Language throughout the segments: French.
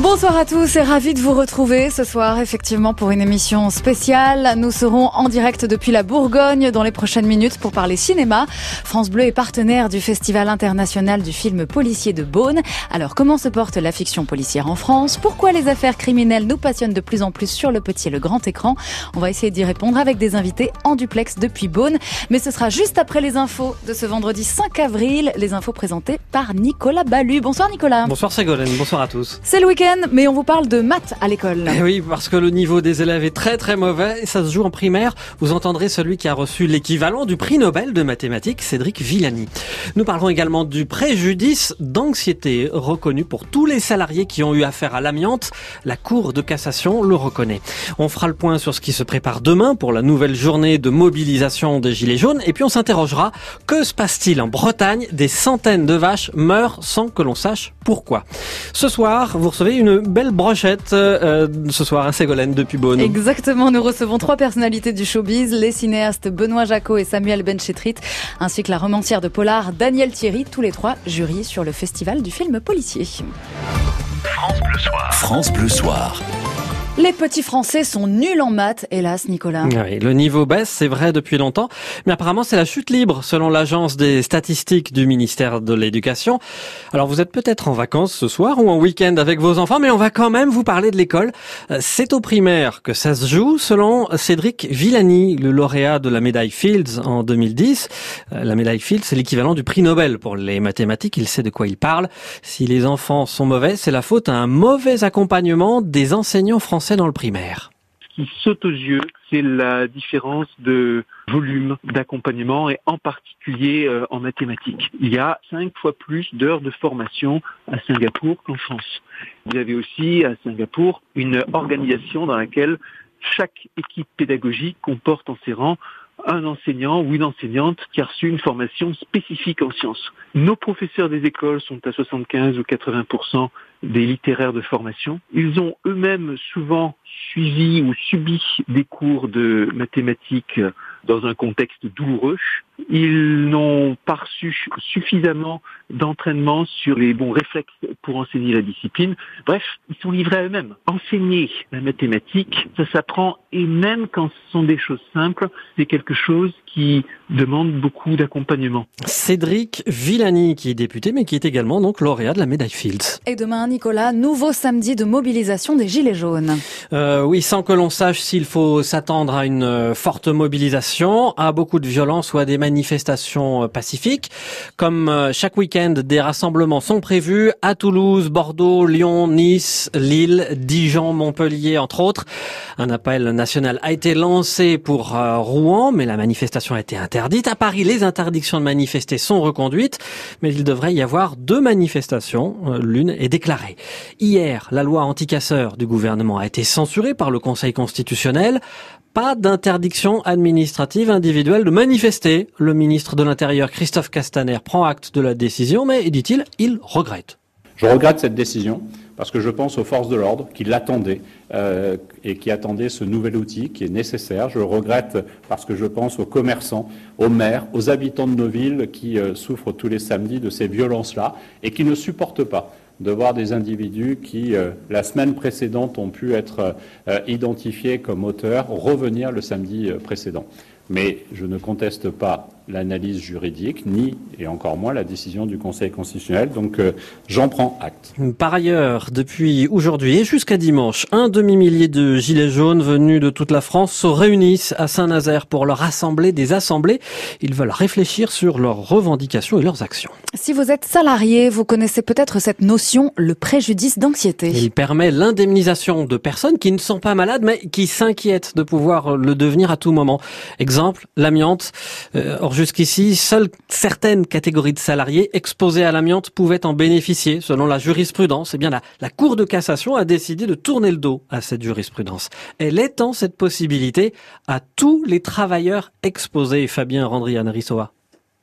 Bonsoir à tous et ravi de vous retrouver ce soir effectivement pour une émission spéciale. Nous serons en direct depuis la Bourgogne dans les prochaines minutes pour parler cinéma. France Bleu est partenaire du Festival international du film policier de Beaune. Alors comment se porte la fiction policière en France? Pourquoi les affaires criminelles nous passionnent de plus en plus sur le petit et le grand écran? On va essayer d'y répondre avec des invités en duplex depuis Beaune. Mais ce sera juste après les infos de ce vendredi 5 avril. Les infos présentées par Nicolas Ballu. Bonsoir Nicolas. Bonsoir Ségolène, bonsoir à tous. C'est le week-end, mais on vous parle de maths à l'école. Et oui, parce que le niveau des élèves est très très mauvais et ça se joue en primaire. Vous entendrez celui qui a reçu l'équivalent du prix Nobel de mathématiques, Cédric Villani. Nous parlerons également du préjudice d'anxiété reconnu pour tous les salariés qui ont eu affaire à l'amiante. La Cour de cassation le reconnaît. On fera le point sur ce qui se prépare demain pour la nouvelle journée de mobilisation des Gilets jaunes. Et puis on s'interrogera, que se passe-t-il en Bretagne? Des centaines de vaches meurent sans que l'on sache pourquoi. Ce soir, vous recevez une belle brochette ce soir à Ségolène depuis Beaune. Exactement, nous recevons 3 personnalités du showbiz, les cinéastes Benoît Jacot et Samuel Benchetrit, ainsi que la romancière de polar Danielle Thierry, tous les 3 jurys sur le festival du film policier. France Bleu Soir. France Bleu Soir. Les petits Français sont nuls en maths, hélas Nicolas. Oui, le niveau baisse, c'est vrai depuis longtemps, mais apparemment c'est la chute libre selon l'agence des statistiques du ministère de l'Éducation. Alors vous êtes peut-être en vacances ce soir ou en week-end avec vos enfants, mais on va quand même vous parler de l'école. C'est au primaire que ça se joue selon Cédric Villani, le lauréat de la médaille Fields en 2010. La médaille Fields, c'est l'équivalent du prix Nobel pour les mathématiques, il sait de quoi il parle. Si les enfants sont mauvais, c'est la faute à un mauvais accompagnement des enseignants français dans le primaire. Ce qui saute aux yeux, c'est la différence de volume d'accompagnement et en particulier en mathématiques. Il y a 5 fois plus d'heures de formation à Singapour qu'en France. Vous avez aussi à Singapour une organisation dans laquelle chaque équipe pédagogique comporte en ses rangs un enseignant ou une enseignante qui a reçu une formation spécifique en sciences. Nos professeurs des écoles sont à 75 ou 80% des littéraires de formation. Ils ont eux-mêmes souvent suivi ou subi des cours de mathématiques dans un contexte douloureux. Ils n'ont pas reçu suffisamment d'entraînement sur les bons réflexes pour enseigner la discipline. Bref, ils sont livrés à eux-mêmes. Enseigner la mathématique, ça s'apprend, et même quand ce sont des choses simples, c'est quelque chose qui demande beaucoup d'accompagnement. Cédric Villani, qui est député, mais qui est également donc lauréat de la médaille Fields. Et demain, Nicolas, nouveau samedi de mobilisation des Gilets jaunes. Oui, sans que l'on sache s'il faut s'attendre à une forte mobilisation, à beaucoup de violence ou à des manifestations pacifiques. Comme chaque week-end, des rassemblements sont prévus à Toulouse, Bordeaux, Lyon, Nice, Lille, Dijon, Montpellier, entre autres. Un appel national a été lancé pour Rouen, mais la manifestation a été interdite. À Paris, les interdictions de manifester sont reconduites, mais il devrait y avoir 2 manifestations. L'une est déclarée. Hier, la loi anti-casseurs du gouvernement a été censurée par le Conseil constitutionnel. Pas d'interdiction administrative individuelle de manifester. Le ministre de l'Intérieur, Christophe Castaner, prend acte de la décision, mais, dit-il, il regrette. Je regrette cette décision parce que je pense aux forces de l'ordre qui l'attendaient et qui attendaient ce nouvel outil qui est nécessaire. Je le regrette parce que je pense aux commerçants, aux maires, aux habitants de nos villes qui souffrent tous les samedis de ces violences-là et qui ne supportent pas de voir des individus qui, la semaine précédente, ont pu être identifiés comme auteurs, revenir le samedi précédent. Mais je ne conteste pas l'analyse juridique, ni, et encore moins, la décision du Conseil constitutionnel. Donc, j'en prends acte. Par ailleurs, depuis aujourd'hui et jusqu'à dimanche, un demi-millier de gilets jaunes venus de toute la France se réunissent à Saint-Nazaire pour leur rassembler des assemblées. Ils veulent réfléchir sur leurs revendications et leurs actions. Si vous êtes salarié, vous connaissez peut-être cette notion, le préjudice d'anxiété. Il permet l'indemnisation de personnes qui ne sont pas malades, mais qui s'inquiètent de pouvoir le devenir à tout moment. Exemple, l'amiante. Or, jusqu'ici, seules certaines catégories de salariés exposés à l'amiante pouvaient en bénéficier. Selon la jurisprudence, eh bien la Cour de cassation a décidé de tourner le dos à cette jurisprudence. Elle étend cette possibilité à tous les travailleurs exposés. Fabien Randrian-Rissoa.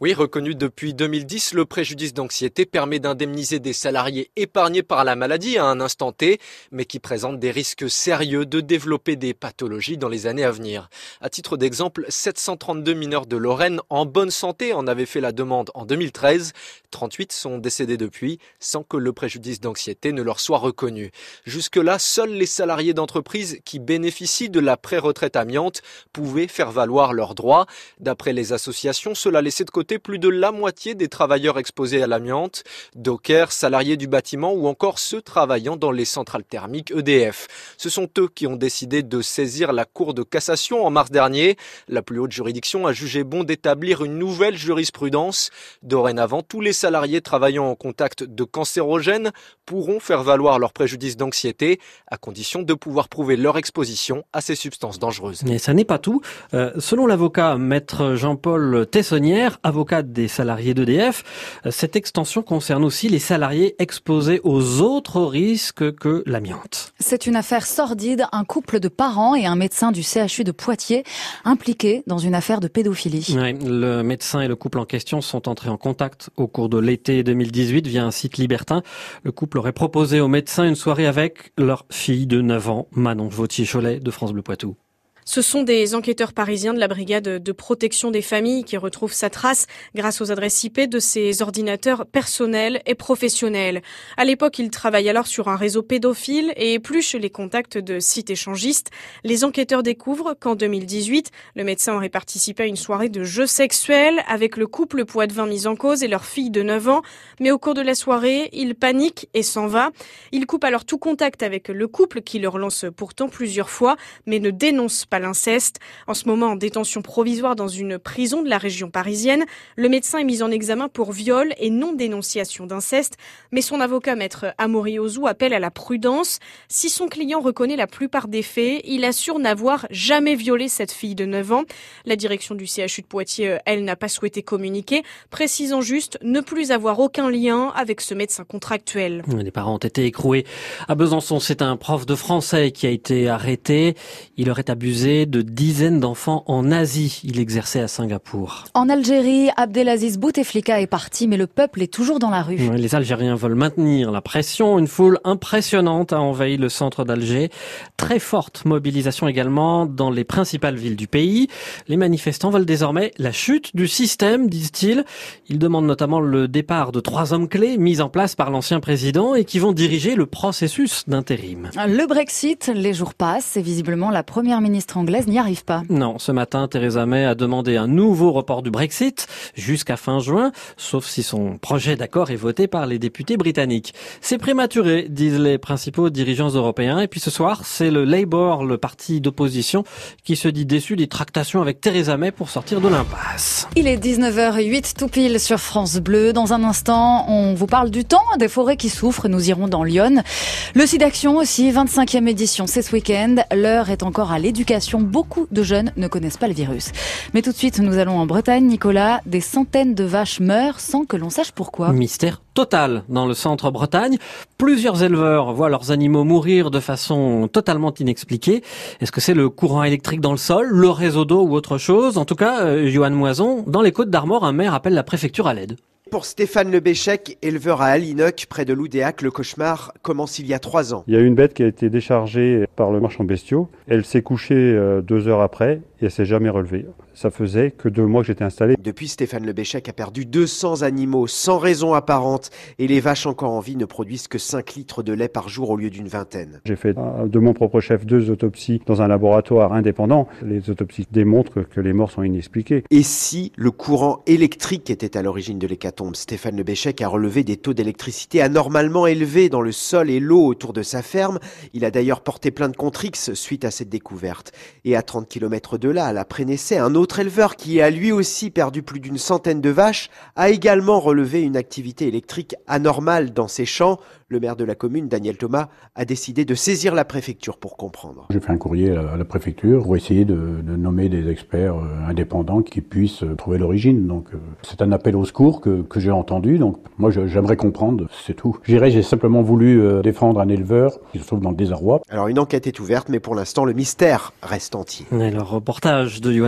Oui, reconnu depuis 2010, le préjudice d'anxiété permet d'indemniser des salariés épargnés par la maladie à un instant T, mais qui présentent des risques sérieux de développer des pathologies dans les années à venir. À titre d'exemple, 732 mineurs de Lorraine en bonne santé en avaient fait la demande en 2013. 38 sont décédés depuis, sans que le préjudice d'anxiété ne leur soit reconnu. Jusque-là, seuls les salariés d'entreprise qui bénéficient de la pré-retraite amiante pouvaient faire valoir leurs droits. D'après les associations, cela laissait de côté plus de la moitié des travailleurs exposés à l'amiante, dockers, salariés du bâtiment ou encore ceux travaillant dans les centrales thermiques EDF. Ce sont eux qui ont décidé de saisir la Cour de cassation en mars dernier. La plus haute juridiction a jugé bon d'établir une nouvelle jurisprudence. Dorénavant, tous les salariés travaillant en contact de cancérogènes pourront faire valoir leur préjudice d'anxiété, à condition de pouvoir prouver leur exposition à ces substances dangereuses. Mais ça n'est pas tout. Selon l'avocat maître Jean-Paul Tessonnière, avocat des salariés d'EDF, cette extension concerne aussi les salariés exposés aux autres risques que l'amiante. C'est une affaire sordide, un couple de parents et un médecin du CHU de Poitiers impliqués dans une affaire de pédophilie. Oui, le médecin et le couple en question sont entrés en contact au cours de l'été 2018 via un site libertin. Le couple aurait proposé au médecin une soirée avec leur fille de 9 ans, Manon Vautier-Cholet de France Bleu Poitou. Ce sont des enquêteurs parisiens de la brigade de protection des familles qui retrouvent sa trace grâce aux adresses IP de ces ordinateurs personnels et professionnels. À l'époque, ils travaillent alors sur un réseau pédophile et épluchent les contacts de sites échangistes. Les enquêteurs découvrent qu'en 2018, le médecin aurait participé à une soirée de jeux sexuels avec le couple poitevin mis en cause et leur fille de 9 ans. Mais au cours de la soirée, il panique et s'en va. Il coupe alors tout contact avec le couple qui le relance pourtant plusieurs fois, mais ne dénonce pas l'inceste. En ce moment en détention provisoire dans une prison de la région parisienne, le médecin est mis en examen pour viol et non-dénonciation d'inceste, mais son avocat maître Amaury Ozou appelle à la prudence. Si son client reconnaît la plupart des faits, il assure n'avoir jamais violé cette fille de 9 ans. La direction du CHU de Poitiers, elle, n'a pas souhaité communiquer, précisant juste ne plus avoir aucun lien avec ce médecin contractuel. Les parents ont été écroués. À Besançon, c'est un prof de français qui a été arrêté. Il aurait abusé de dizaines d'enfants en Asie. Il exerçait à Singapour. En Algérie, Abdelaziz Bouteflika est parti, mais le peuple est toujours dans la rue. Les Algériens veulent maintenir la pression. Une foule impressionnante a envahi le centre d'Alger. Très forte mobilisation également dans les principales villes du pays. Les manifestants veulent désormais la chute du système, disent-ils. Ils demandent notamment le départ de 3 hommes clés mis en place par l'ancien président et qui vont diriger le processus d'intérim. Le Brexit, les jours passent et visiblement la première ministre anglaise n'y arrive pas. Non, ce matin, Theresa May a demandé un nouveau report du Brexit jusqu'à fin juin, sauf si son projet d'accord est voté par les députés britanniques. C'est prématuré, disent les principaux dirigeants européens. Et puis ce soir, c'est le Labour, le parti d'opposition, qui se dit déçu des tractations avec Theresa May pour sortir de l'impasse. Il est 19h08 tout pile sur France Bleu. Dans un instant, on vous parle du temps, des forêts qui souffrent. Nous irons dans l'Yonne. Le SIDAction aussi, 25e édition, c'est ce week-end. L'heure est encore à l'éducation. Beaucoup de jeunes ne connaissent pas le virus. Mais tout de suite, nous allons en Bretagne. Nicolas, des centaines de vaches meurent sans que l'on sache pourquoi. Mystère total dans le centre Bretagne. Plusieurs éleveurs voient leurs animaux mourir de façon totalement inexpliquée. Est-ce que c'est le courant électrique dans le sol, le réseau d'eau ou autre chose? En tout cas, Johan Moison, dans les Côtes-d'Armor, un maire appelle la préfecture à l'aide. Pour Stéphane Lebéchec, éleveur à Alinoc, près de Loudéac, le cauchemar commence il y a 3 ans. Il y a une bête qui a été déchargée par le marchand bestiaux. Elle s'est couchée 2 heures après et elle s'est jamais relevée. Ça faisait que 2 mois que j'étais installé. Depuis, Stéphane Lebéchec a perdu 200 animaux sans raison apparente et les vaches encore en vie ne produisent que 5 litres de lait par jour au lieu d'une vingtaine. J'ai fait de mon propre chef 2 autopsies dans un laboratoire indépendant. Les autopsies démontrent que les morts sont inexpliquées. Et si le courant électrique était à l'origine de l'hécatombe? Stéphane Lebéchec a relevé des taux d'électricité anormalement élevés dans le sol et l'eau autour de sa ferme. Il a d'ailleurs porté plainte contre X suite à cette découverte. Et à 30 km de là, à la Prénessay, un autre éleveur qui a lui aussi perdu plus d'une centaine de vaches a également relevé une activité électrique anormale dans ses champs. Le maire de la commune, Daniel Thomas, a décidé de saisir la préfecture pour comprendre. J'ai fait un courrier à la préfecture pour essayer de nommer des experts indépendants qui puissent trouver l'origine. Donc c'est un appel au secours que j'ai entendu. Donc moi j'aimerais comprendre, c'est tout. J'ai simplement voulu défendre un éleveur qui se trouve dans le désarroi. Alors une enquête est ouverte, mais pour l'instant le mystère reste entier. Et le reportage de Johan Moison.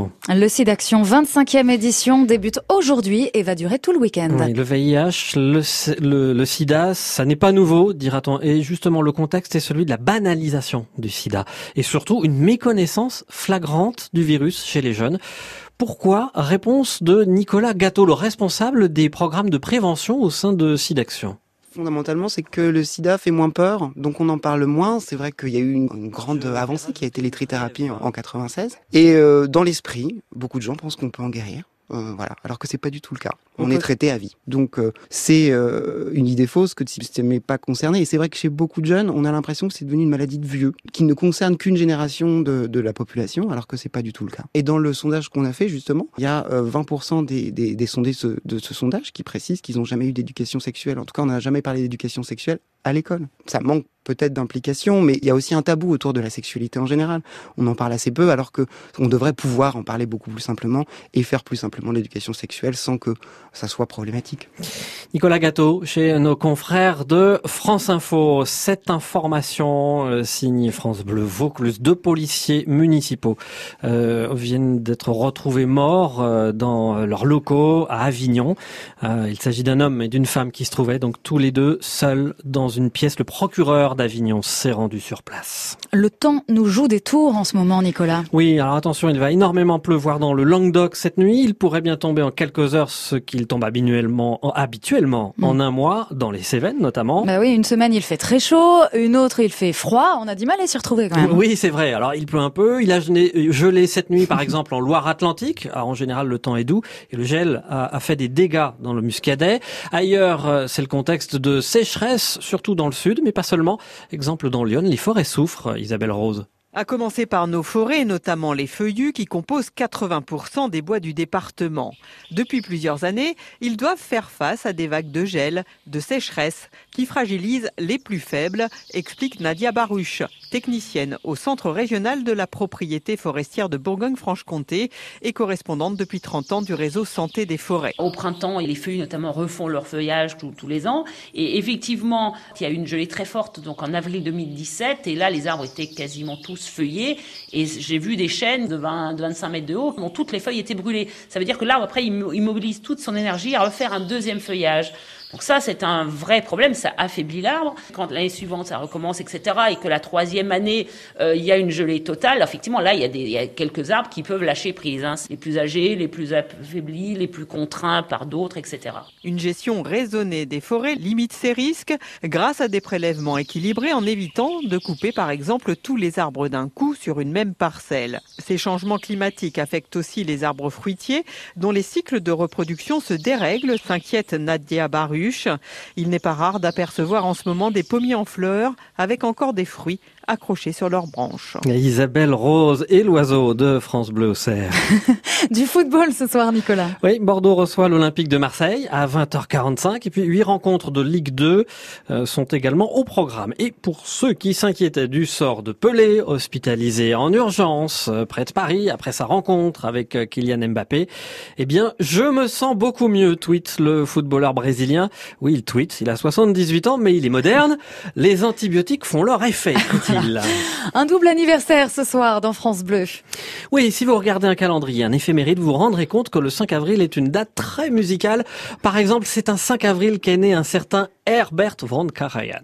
Gâteau. Le SIDAction 25e édition débute aujourd'hui et va durer tout le week-end. Oui, le VIH, le sida, ça n'est pas nouveau, dira-t-on. Et justement, le contexte est celui de la banalisation du sida. Et surtout, une méconnaissance flagrante du virus chez les jeunes. Pourquoi? Réponse de Nicolas Gâteau, le responsable des programmes de prévention au sein de SIDAction. Fondamentalement, c'est que le sida fait moins peur, donc on en parle moins. C'est vrai qu'il y a eu une grande avancée qui a été les trithérapies en 96. Et dans l'esprit, beaucoup de gens pensent qu'on peut en guérir. Voilà, alors que c'est pas du tout le cas. On est traité à vie. Donc c'est une idée fausse que le système n'est pas concerné. Et c'est vrai que chez beaucoup de jeunes, on a l'impression que c'est devenu une maladie de vieux, qui ne concerne qu'une génération de la population, alors que c'est pas du tout le cas. Et dans le sondage qu'on a fait, justement, il y a 20% des sondés de ce sondage qui précisent qu'ils n'ont jamais eu d'éducation sexuelle. En tout cas, on n'a jamais parlé d'éducation sexuelle à l'école. Ça manque peut-être d'implication, mais il y a aussi un tabou autour de la sexualité en général. On en parle assez peu, alors que on devrait pouvoir en parler beaucoup plus simplement et faire plus simplement l'éducation sexuelle sans que ça soit problématique. Nicolas Gâteau, chez nos confrères de France Info. Cette information signe France Bleu Vaucluse. 2 policiers municipaux viennent d'être retrouvés morts dans leurs locaux à Avignon. Il s'agit d'un homme et d'une femme qui se trouvaient donc tous les deux seuls dans une pièce. Le procureur d'Avignon s'est rendu sur place. Le temps nous joue des tours en ce moment, Nicolas. Oui, alors attention, il va énormément pleuvoir dans le Languedoc cette nuit. Il pourrait bien tomber en quelques heures, ce qu'il tombe habituellement en un mois, dans les Cévennes notamment. Bah oui, une semaine il fait très chaud, une autre il fait froid. On a du mal à s'y retrouver quand même. Oui, c'est vrai. Alors il pleut un peu. Il a gelé cette nuit, par exemple, en Loire-Atlantique. Alors, en général, le temps est doux et le gel a fait des dégâts dans le Muscadet. Ailleurs, c'est le contexte de sécheresse, surtout dans le sud, mais pas seulement. Exemple dans l'Yonne, les forêts souffrent, Isabelle Rose. À commencer par nos forêts, notamment les feuillus qui composent 80% des bois du département. Depuis plusieurs années, ils doivent faire face à des vagues de gel, de sécheresse qui fragilisent les plus faibles, explique Nadia Baruch, technicienne au Centre régional de la propriété forestière de Bourgogne-Franche-Comté et correspondante depuis 30 ans du réseau Santé des forêts. Au printemps, les feuillus notamment refont leur feuillage tous les ans. Et effectivement, il y a eu une gelée très forte donc en avril 2017 et là les arbres étaient quasiment tous feuillés et j'ai vu des chênes de 25 mètres de haut dont toutes les feuilles étaient brûlées. Ça veut dire que l'arbre après il mobilise toute son énergie à refaire un deuxième feuillage. Donc ça, c'est un vrai problème, ça affaiblit l'arbre. Quand l'année suivante, ça recommence, etc., et que la 3e année, il y a une gelée totale, effectivement, là, il y a quelques arbres qui peuvent lâcher prise. Les plus âgés, les plus affaiblis, les plus contraints par d'autres, etc. Une gestion raisonnée des forêts limite ces risques grâce à des prélèvements équilibrés en évitant de couper, par exemple, tous les arbres d'un coup sur une même parcelle. Ces changements climatiques affectent aussi les arbres fruitiers, dont les cycles de reproduction se dérèglent, s'inquiète Nadia Baruch. Il n'est pas rare d'apercevoir en ce moment des pommiers en fleurs avec encore des fruits accrochés sur leurs branches. Isabelle Rose et l'oiseau de France Bleu Auxerre. Du football ce soir, Nicolas. Oui, Bordeaux reçoit l'Olympique de Marseille à 20h45 et puis 8 rencontres de Ligue 2 sont également au programme. Et pour ceux qui s'inquiétaient du sort de Pelé, hospitalisé en urgence près de Paris après sa rencontre avec Kylian Mbappé, eh bien, je me sens beaucoup mieux, tweet le footballeur brésilien. Oui, il tweet, il a 78 ans, mais il est moderne. Les antibiotiques font leur effet, dit-il. Un double anniversaire ce soir dans France Bleu. Oui, si vous regardez un calendrier, un éphéméride, vous vous rendrez compte que le 5 avril est une date très musicale. Par exemple, c'est un 5 avril qu'est né un certain Herbert von Karajan.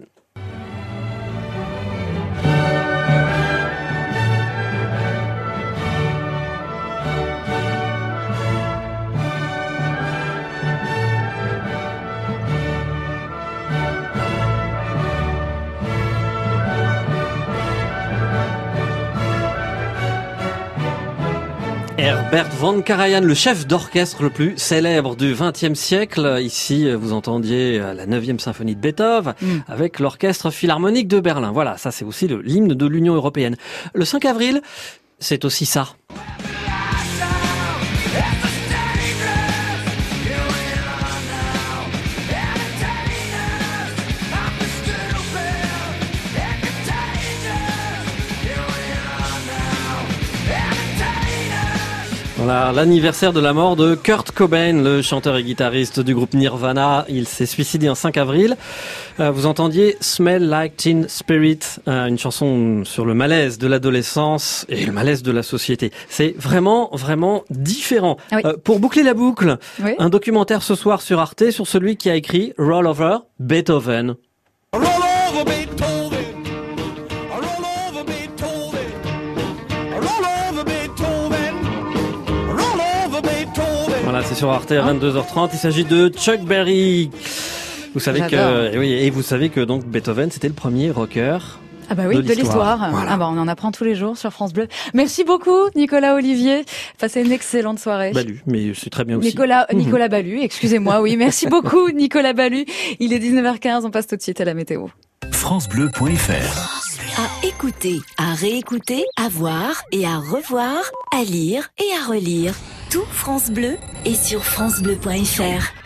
Herbert von Karajan, le chef d'orchestre le plus célèbre du XXe siècle. Ici, vous entendiez la 9e symphonie de Beethoven avec l'orchestre philharmonique de Berlin. Voilà, ça c'est aussi l'hymne de l'Union européenne. Le 5 avril, c'est aussi ça. Voilà, l'anniversaire de la mort de Kurt Cobain, le chanteur et guitariste du groupe Nirvana. Il s'est suicidé en 5 avril. Vous entendiez Smell Like Teen Spirit, une chanson sur le malaise de l'adolescence et le malaise de la société. C'est vraiment, vraiment différent. Oui. Pour boucler la boucle, oui. Un documentaire ce soir sur Arte sur celui qui a écrit Roll Over Beethoven. Roll over Beethoven. Roll over Beethoven. Roll over Beethoven. Roll over Beethoven. Voilà, c'est sur Arte à 22h30. Il s'agit de Chuck Berry. Vous savez et vous savez que donc Beethoven, c'était le premier rocker. Ah bah oui, de l'histoire. Voilà. Ah bah on en apprend tous les jours sur France Bleu. Merci beaucoup Nicolas Olivier. Passez une excellente soirée. Balu, mais c'est très bien aussi. Nicolas Balu, excusez-moi, oui. Merci beaucoup Nicolas Balu. Il est 19h15, on passe tout de suite à la météo. FranceBleu.fr. À écouter, à réécouter, à voir et à revoir, à lire et à relire. Tout France Bleu est sur FranceBleu.fr.